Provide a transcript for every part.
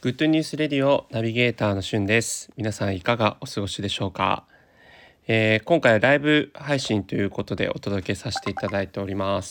グッドニュースレディオナビゲーターのしゅんです。皆さんいかがお過ごしでしょうか。今回はライブ配信ということでお届けさせていただいております。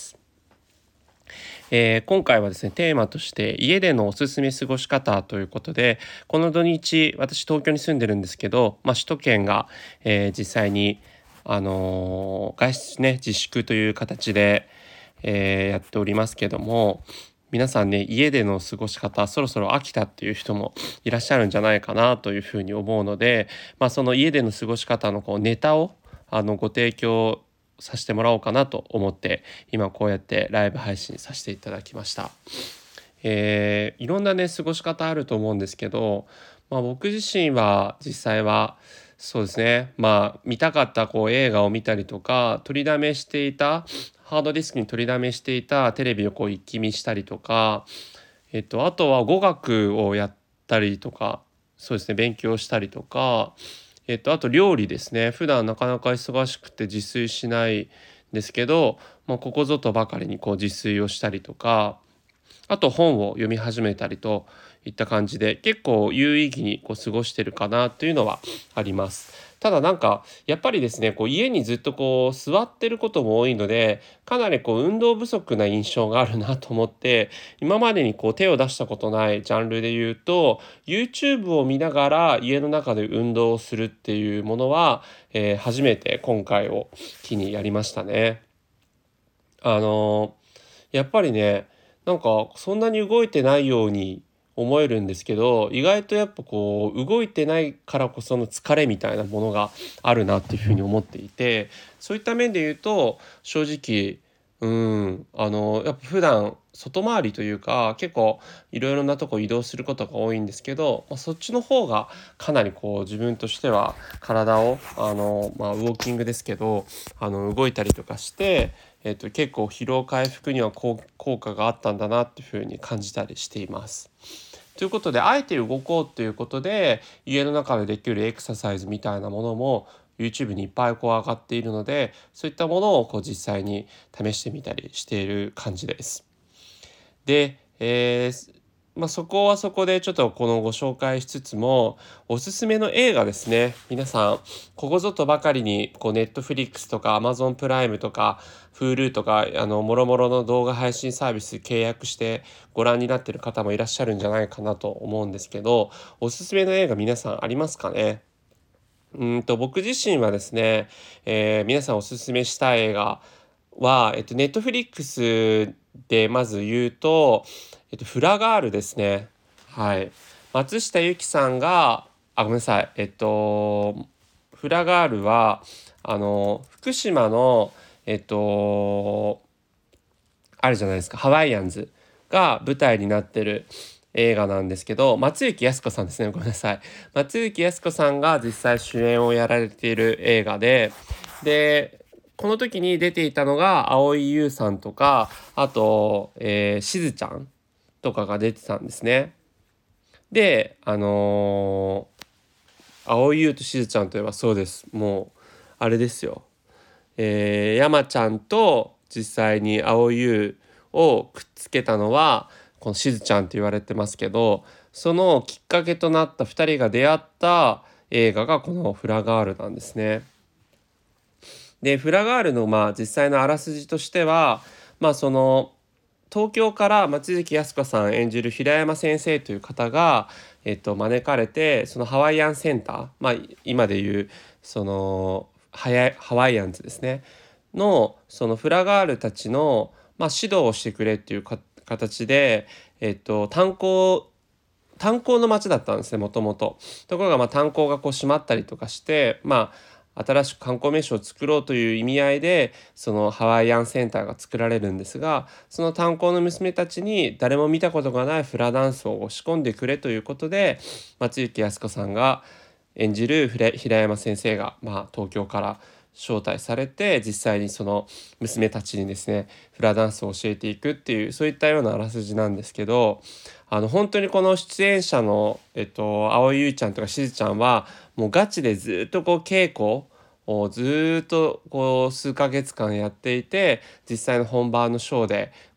今回はですね、テーマとして家でのおすすめ過ごし方ということで、この土日私東京に住んでるんですけど、首都圏が、実際に外出ね自粛という形で、やっておりますけども、皆さんね、家での過ごし方そろそろ飽きたっていう人もいらっしゃるんじゃないかなというふうに思うので、その家での過ごし方のネタをご提供させてもらおうかなと思って今こうやってライブ配信させていただきました。いろんなね過ごし方あると思うんですけど、僕自身は実際はそうですね、見たかった映画を見たりとか、取りだめしていたハードディスクに取りだめしていたテレビを一気見したりとか、あとは語学をやったりとか、そうですね、勉強したりとか、あと料理ですね。普段なかなか忙しくて自炊しないんですけど、ここぞとばかりに自炊をしたりとか、あと本を読み始めたりといった感じで、結構有意義に過ごしてるかなというのはあります。ただやっぱりですね、家にずっと座ってることも多いので、かなり運動不足な印象があるなと思って、今までに手を出したことないジャンルで言うと YouTube を見ながら家の中で運動をするっていうものは、初めて今回を機にやりましたね。あのやっぱりね、そんなに動いてないように思えるんですけど、意外とやっぱ動いてないからこその疲れみたいなものがあるなっていうふうに思っていて、そういった面で言うと正直やっぱ普段外回りというか結構いろいろなとこ移動することが多いんですけど、そっちの方がかなり自分としては体をウォーキングですけど動いたりとかして、結構疲労回復には効果があったんだなっていうふうに感じたりしています。ということで、あえて動こうということで家の中でできるエクササイズみたいなものも YouTube にいっぱい上がっているので、そういったものを実際に試してみたりしている感じです。で、そこはそこでちょっとご紹介しつつも、おすすめの映画ですね。皆さんここぞとばかりにNetflix とか Amazon プライムとか Hulu とかもろもろの動画配信サービス契約してご覧になっている方もいらっしゃるんじゃないかなと思うんですけど、おすすめの映画皆さんありますかね。僕自身はですね、皆さんおすすめしたい映画は、ネットフリックスでまず言うと、フラガールですね。はい。松下由樹さんが、ごめんなさい。フラガールは、福島の、あるじゃないですか、ハワイアンズが舞台になってる映画なんですけど、松雪泰子さんですね、ごめんなさい。松雪泰子さんが実際主演をやられている映画で、この時に出ていたのが蒼井優さんとか、あと、しずちゃんとかが出てたんですね。で、蒼井優としずちゃんといえばそうです。もう、あれですよ。山ちゃんと実際に蒼井優をくっつけたのはこのしずちゃんって言われてますけど、そのきっかけとなった2人が出会った映画がこのフラガールなんですね。でフラガールの実際のあらすじとしては、その東京から松雪泰子さん演じる平山先生という方が、招かれてそのハワイアンセンター、今でいうそのハワイアンズですねのそのフラガールたちの、指導をしてくれっていう形で、炭鉱の町だったんですね、もともと。ところが炭鉱が閉まったりとかして、新しく観光名所を作ろうという意味合いでそのハワイアンセンターが作られるんですが、その炭鉱の娘たちに誰も見たことがないフラダンスを仕込んでくれということで、松雪泰子さんが演じる平山先生が、東京から招待されて実際にその娘たちにですねフラダンスを教えていくっていう、そういったようなあらすじなんですけど、本当にこの出演者の蒼井優ちゃんとかしずちゃんはもうガチでずっと稽古をずっと数ヶ月間やっていて、実際の本番のショーで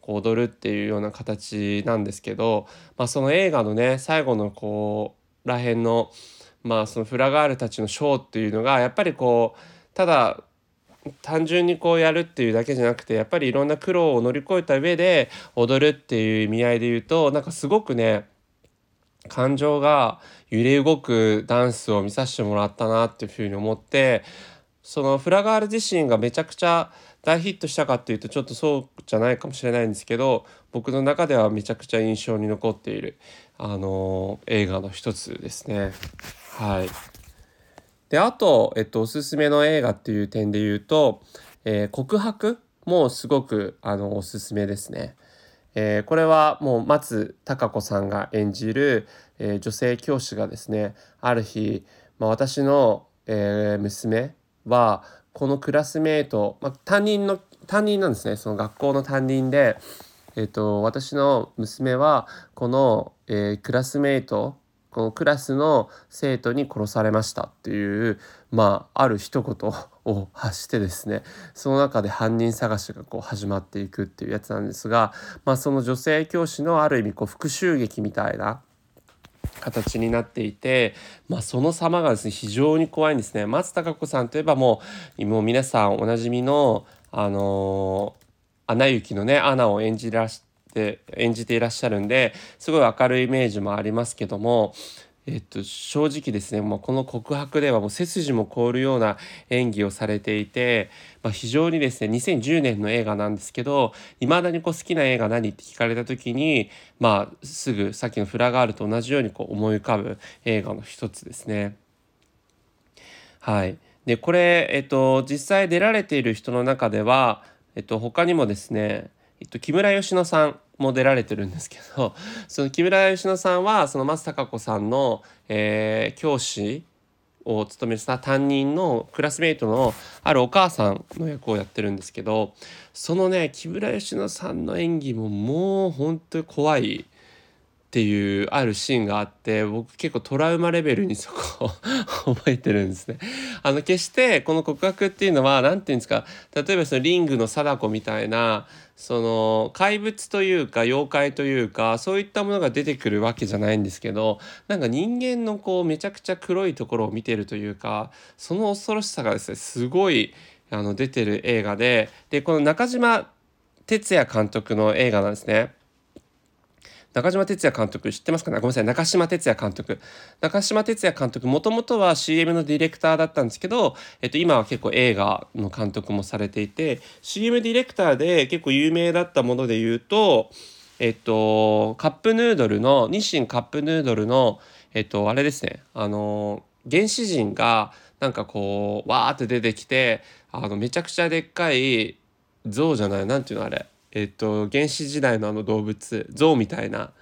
こう踊るっていうような形なんですけど、その映画のね最後のらへんのそのフラガールたちのショーっていうのがやっぱりただ単純にやるっていうだけじゃなくて、やっぱりいろんな苦労を乗り越えた上で踊るっていう意味合いで言うと、なんかすごくね感情が揺れ動くダンスを見させてもらったなっていうふうに思って、そのフラガール自身がめちゃくちゃ大ヒットしたかっていうとちょっとそうじゃないかもしれないんですけど、僕の中ではめちゃくちゃ印象に残っている、映画の一つですね。はい。で、あと、おすすめの映画っていう点で言うと、告白もすごくおすすめですね。これはもう松たか子さんが演じる、女性教師がですね、ある日、私の、娘はこのクラスメート、担任なんですね。その学校の担任で、私の娘はこの、クラスメート、このクラスの生徒に殺されましたっていう、ある一言を発してですね、その中で犯人探しが始まっていくっていうやつなんですが、その女性教師のある意味復讐劇みたいな形になっていて、その様がですね非常に怖いんですね。松たか子さんといえばもう皆さんおなじみのアナ雪のねアナを演じていらっしゃるんで、すごい明るいイメージもありますけども、正直ですね、この告白ではもう背筋も凍るような演技をされていて、非常にですね2010年の映画なんですけど、未だに好きな映画何って聞かれた時に、すぐさっきのフラガールと同じように思い浮かぶ映画の一つですね。はい。で、これ、実際出られている人の中では、他にもですね、木村佳乃さんも出られてるんですけど、その木村佳乃さんは、その松たか子さんの、教師を務めた担任のクラスメイトのあるお母さんの役をやってるんですけど、そのね、木村佳乃さんの演技ももう本当に怖いっていうあるシーンがあって、僕結構トラウマレベルにそこを覚えてるんですね。決してこの告白っていうのは何て言うんですか、例えばそのリングの貞子みたいなその怪物というか妖怪というかそういったものが出てくるわけじゃないんですけど、なんか人間のめちゃくちゃ黒いところを見てるというか、その恐ろしさがですねすごい出てる映画で、この中島哲也監督の映画なんですね。中島哲也監督知ってますかね。ごめんなさい、中島哲也監督。中島哲也監督、もともとは CM のディレクターだったんですけど、今は結構映画の監督もされていて、CM ディレクターで結構有名だったもので言うと、カップヌードルの、日清カップヌードルの、あれですね、原始人がなんかわーって出てきて、めちゃくちゃでっかい象じゃない、なんていうのあれ。原始時代の動物象みたいな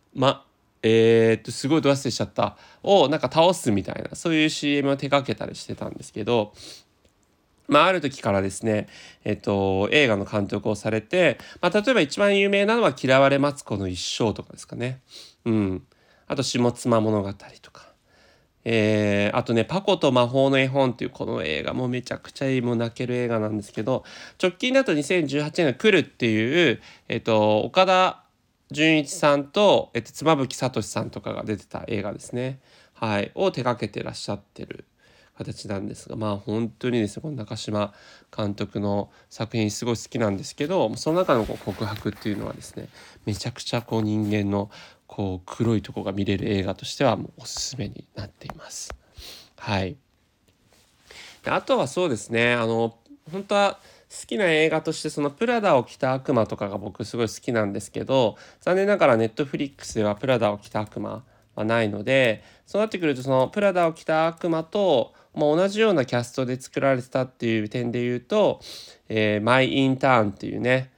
すごいド忘れしちゃったをなんか倒すみたいな、そういう CM を手掛けたりしてたんですけど、ある時からですね、映画の監督をされて、例えば一番有名なのは嫌われマツコの一生とかですかね。うん。あと下妻物語とか。あとね、パコと魔法の絵本っていうこの映画もめちゃくちゃいい、もう泣ける映画なんですけど、直近だと2018年の来るっていう、岡田准一さんと、妻夫木聡さんとかが出てた映画ですね。はい。を手掛けてらっしゃってる形なんですが、本当にですね、この中島監督の作品すごい好きなんですけど、その中の告白っていうのはですね、めちゃくちゃ人間の黒いとこが見れる映画としてはもうおすすめになっています。はい。で、あとはそうですね、本当は好きな映画としてそのプラダを着た悪魔とかが僕すごい好きなんですけど、残念ながらネットフリックスではプラダを着た悪魔はないので、そうなってくるとそのプラダを着た悪魔と、同じようなキャストで作られてたっていう点で言うと、マイ・インターンっていうね、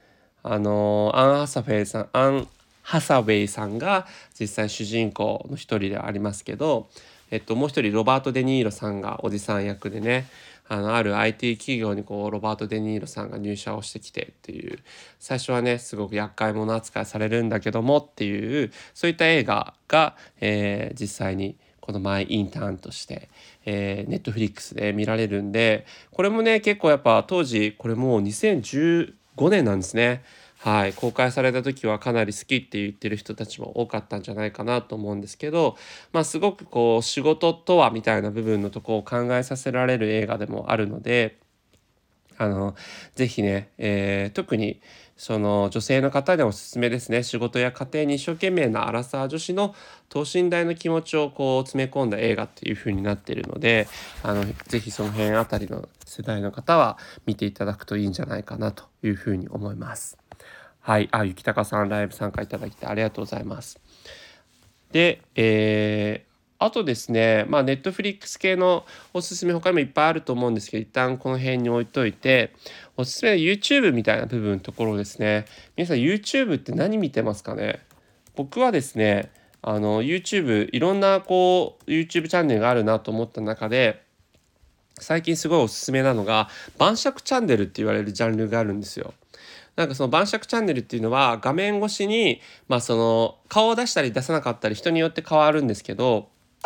アン・ハサウェイさんが実際主人公の一人ではありますけど、もう一人ロバート・デ・ニーロさんがおじさん役でね、ある IT 企業にロバート・デ・ニーロさんが入社をしてきてっていう、最初はねすごく厄介者扱いされるんだけどもっていう、そういった映画が、実際にこのマイ・インターンとして、ネットフリックスで見られるんで、これもね結構やっぱ当時これもう2015年なんですね。 はい、公開された時はかなり好きって言ってる人たちも多かったんじゃないかなと思うんですけど、すごくこう仕事とはみたいな部分のとこを考えさせられる映画でもあるので、ぜひね、特にその女性の方でおすすめですね。仕事や家庭に一生懸命なアラサー女子の等身大の気持ちをこう詰め込んだ映画っていう風になっているので、ぜひその辺あたりの世代の方は見ていただくといいんじゃないかなという風に思います。はい、ゆきたかさんライブ参加いただきありがとうございます。で、あとですね、ネットフリックス系のおすすめ他にもいっぱいあると思うんですけど、一旦この辺に置いといて、おすすめの YouTube みたいな部分のところですね。皆さん YouTube って何見てますかね？僕はですね、YouTube いろんなこう YouTube チャンネルがあるなと思った中で、最近すごいおすすめなのが、晩酌チャンネルって言われるジャンルがあるんですよ。なんかその晩酌チャンネルっていうのは画面越しに、その顔を出したり出さなかったり人によって変わるんですけど、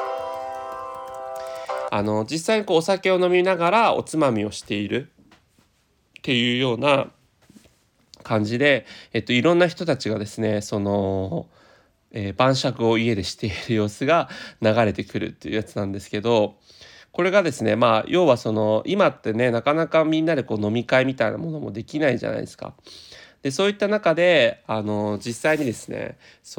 実際にこうお酒を飲みながらおつまみをしているっていうような感じで、いろんな人たちがですね、晩酌を家でしている様子が流れてくるっていうやつなんですけど、これがですね、要はその今ってね、なかなかみんなでこう飲み会みたいなものもできないじゃないですか。で、そういった中で、実際にですね、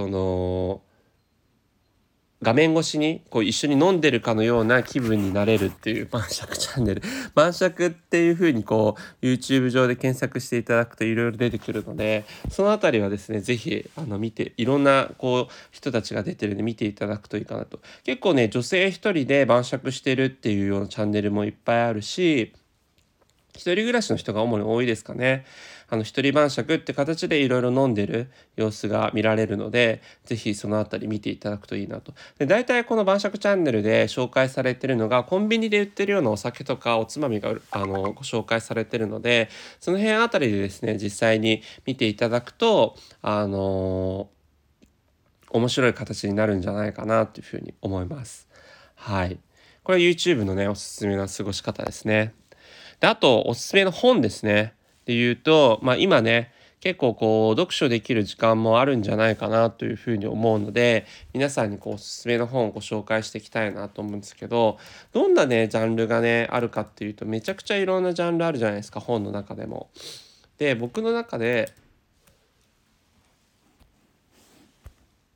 画面越しにこう一緒に飲んでるかのような気分になれるっていう晩酌チャンネル。晩酌っていう風にこう YouTube 上で検索していただくといろいろ出てくるので、そのあたりはですね、ぜひ見て、いろんなこう人たちが出てるんで見ていただくといいかなと。結構ね、女性一人で晩酌してるっていうようなチャンネルもいっぱいあるし、一人暮らしの人が主に多いですかね。一人晩酌って形でいろいろ飲んでる様子が見られるので、ぜひそのあたり見ていただくといいなと。で、大体この晩酌チャンネルで紹介されてるのが、コンビニで売ってるようなお酒とかおつまみがご紹介されてるので、その辺あたりでですね、実際に見ていただくと、面白い形になるんじゃないかなというふうに思います。はい。これは YouTube のね、おすすめな過ごし方ですね。で、あとおすすめの本ですね。で言うと、今ね、結構こう読書できる時間もあるんじゃないかなというふうに思うので、皆さんにこうおすすめの本をご紹介していきたいなと思うんですけど、どんなね、ジャンルがね、あるかっていうと、めちゃくちゃいろんなジャンルあるじゃないですか、本の中でも。で、僕の中で